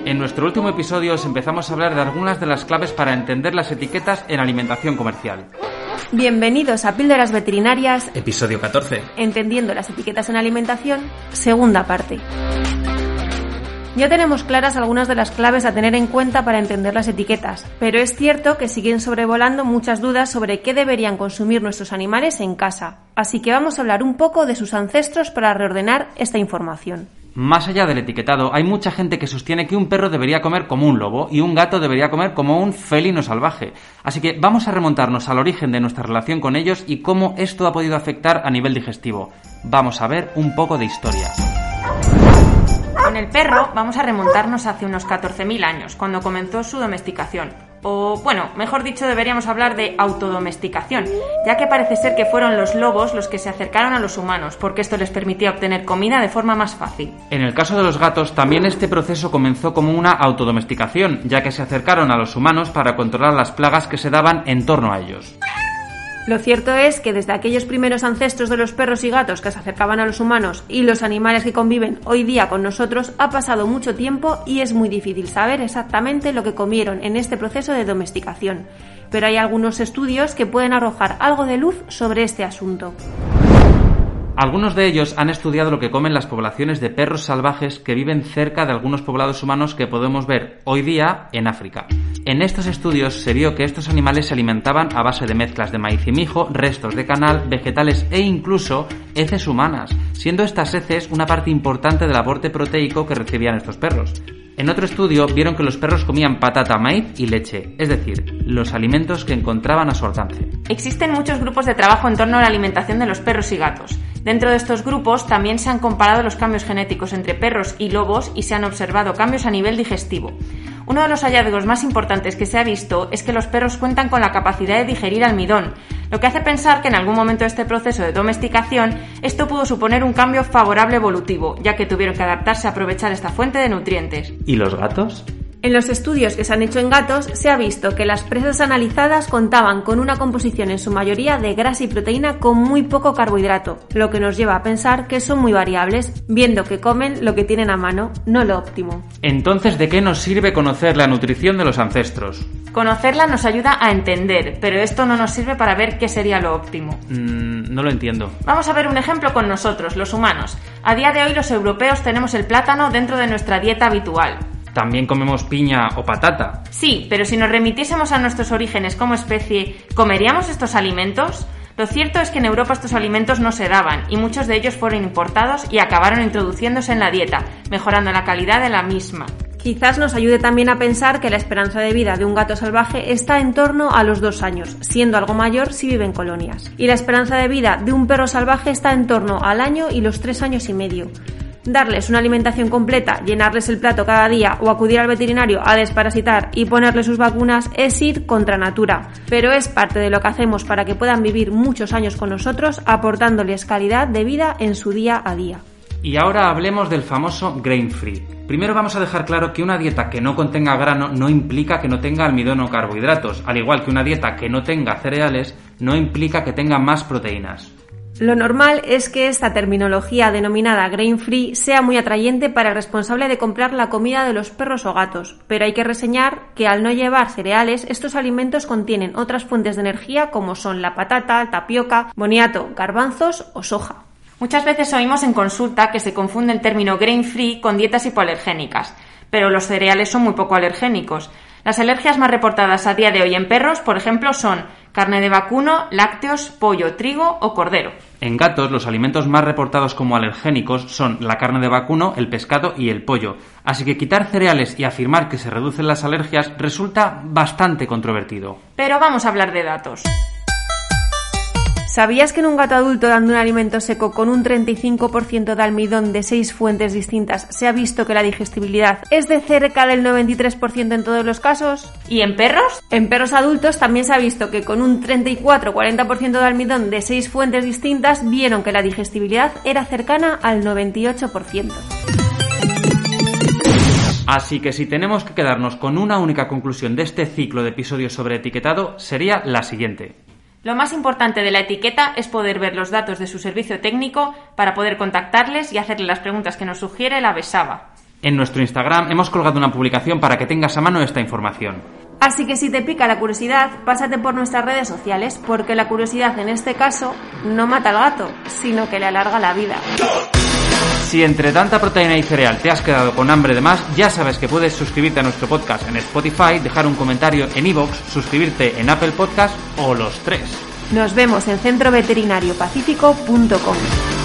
En nuestro último episodio os empezamos a hablar de algunas de las claves para entender las etiquetas en alimentación comercial. Bienvenidos a Píldoras Veterinarias, Episodio 14. Entendiendo las etiquetas en alimentación, segunda parte. Ya tenemos claras algunas de las claves a tener en cuenta para entender las etiquetas, pero es cierto que siguen sobrevolando muchas dudas sobre qué deberían consumir nuestros animales en casa, así que vamos a hablar un poco de sus ancestros para reordenar esta información. Más allá del etiquetado, hay mucha gente que sostiene que un perro debería comer como un lobo y un gato debería comer como un felino salvaje. Así que vamos a remontarnos al origen de nuestra relación con ellos y cómo esto ha podido afectar a nivel digestivo. Vamos a ver un poco de historia. Con el perro vamos a remontarnos hace unos 14.000 años, cuando comenzó su domesticación. O, bueno, mejor dicho, deberíamos hablar de autodomesticación, ya que parece ser que fueron los lobos los que se acercaron a los humanos, porque esto les permitía obtener comida de forma más fácil. En el caso de los gatos, también este proceso comenzó como una autodomesticación, ya que se acercaron a los humanos para controlar las plagas que se daban en torno a ellos. Lo cierto es que desde aquellos primeros ancestros de los perros y gatos que se acercaban a los humanos y los animales que conviven hoy día con nosotros ha pasado mucho tiempo y es muy difícil saber exactamente lo que comieron en este proceso de domesticación, pero hay algunos estudios que pueden arrojar algo de luz sobre este asunto. Algunos de ellos han estudiado lo que comen las poblaciones de perros salvajes que viven cerca de algunos poblados humanos que podemos ver hoy día en África. En estos estudios se vio que estos animales se alimentaban a base de mezclas de maíz y mijo, restos de canal, vegetales e incluso heces humanas, siendo estas heces una parte importante del aporte proteico que recibían estos perros. En otro estudio vieron que los perros comían patata, maíz y leche, es decir, los alimentos que encontraban a su alcance. Existen muchos grupos de trabajo en torno a la alimentación de los perros y gatos. Dentro de estos grupos también se han comparado los cambios genéticos entre perros y lobos y se han observado cambios a nivel digestivo. Uno de los hallazgos más importantes que se ha visto es que los perros cuentan con la capacidad de digerir almidón, lo que hace pensar que en algún momento de este proceso de domesticación esto pudo suponer un cambio favorable evolutivo, ya que tuvieron que adaptarse a aprovechar esta fuente de nutrientes. ¿Y los gatos? En los estudios que se han hecho en gatos se ha visto que las presas analizadas contaban con una composición en su mayoría de grasa y proteína con muy poco carbohidrato, lo que nos lleva a pensar que son muy variables, viendo que comen lo que tienen a mano, no lo óptimo. Entonces, ¿de qué nos sirve conocer la nutrición de los ancestros? Conocerla nos ayuda a entender, pero esto no nos sirve para ver qué sería lo óptimo. No lo entiendo. Vamos a ver un ejemplo con nosotros, los humanos. A día de hoy los europeos tenemos el plátano dentro de nuestra dieta habitual. ¿También comemos piña o patata? Sí, pero si nos remitiésemos a nuestros orígenes como especie, ¿comeríamos estos alimentos? Lo cierto es que en Europa estos alimentos no se daban y muchos de ellos fueron importados y acabaron introduciéndose en la dieta, mejorando la calidad de la misma. Quizás nos ayude también a pensar que la esperanza de vida de un gato salvaje está en torno a los 2 años, siendo algo mayor si vive en colonias. Y la esperanza de vida de un perro salvaje está en torno al año y los 3 años y medio. Darles una alimentación completa, llenarles el plato cada día o acudir al veterinario a desparasitar y ponerles sus vacunas es ir contra natura, pero es parte de lo que hacemos para que puedan vivir muchos años con nosotros, aportándoles calidad de vida en su día a día. Y ahora hablemos del famoso grain free. Primero vamos a dejar claro que una dieta que no contenga grano no implica que no tenga almidón o carbohidratos, al igual que una dieta que no tenga cereales no implica que tenga más proteínas. Lo normal es que esta terminología denominada grain free sea muy atrayente para el responsable de comprar la comida de los perros o gatos, pero hay que reseñar que al no llevar cereales, estos alimentos contienen otras fuentes de energía como son la patata, tapioca, boniato, garbanzos o soja. Muchas veces oímos en consulta que se confunde el término grain free con dietas hipoalergénicas, pero los cereales son muy poco alergénicos. Las alergias más reportadas a día de hoy en perros, por ejemplo, son carne de vacuno, lácteos, pollo, trigo o cordero. En gatos, los alimentos más reportados como alergénicos son la carne de vacuno, el pescado y el pollo. Así que quitar cereales y afirmar que se reducen las alergias resulta bastante controvertido. Pero vamos a hablar de datos. ¿Sabías que en un gato adulto dando un alimento seco con un 35% de almidón de 6 fuentes distintas se ha visto que la digestibilidad es de cerca del 93% en todos los casos? ¿Y en perros? En perros adultos también se ha visto que con un 34-40% de almidón de 6 fuentes distintas vieron que la digestibilidad era cercana al 98%. Así que si tenemos que quedarnos con una única conclusión de este ciclo de episodios sobre etiquetado, sería la siguiente. Lo más importante de la etiqueta es poder ver los datos de su servicio técnico para poder contactarles y hacerle las preguntas que nos sugiere la BESABA. En nuestro Instagram hemos colgado una publicación para que tengas a mano esta información. Así que si te pica la curiosidad, pásate por nuestras redes sociales, porque la curiosidad en este caso no mata al gato, sino que le alarga la vida. Si entre tanta proteína y cereal te has quedado con hambre de más, ya sabes que puedes suscribirte a nuestro podcast en Spotify, dejar un comentario en iVoox, suscribirte en Apple Podcast o los tres. Nos vemos en centroveterinariopacífico.com.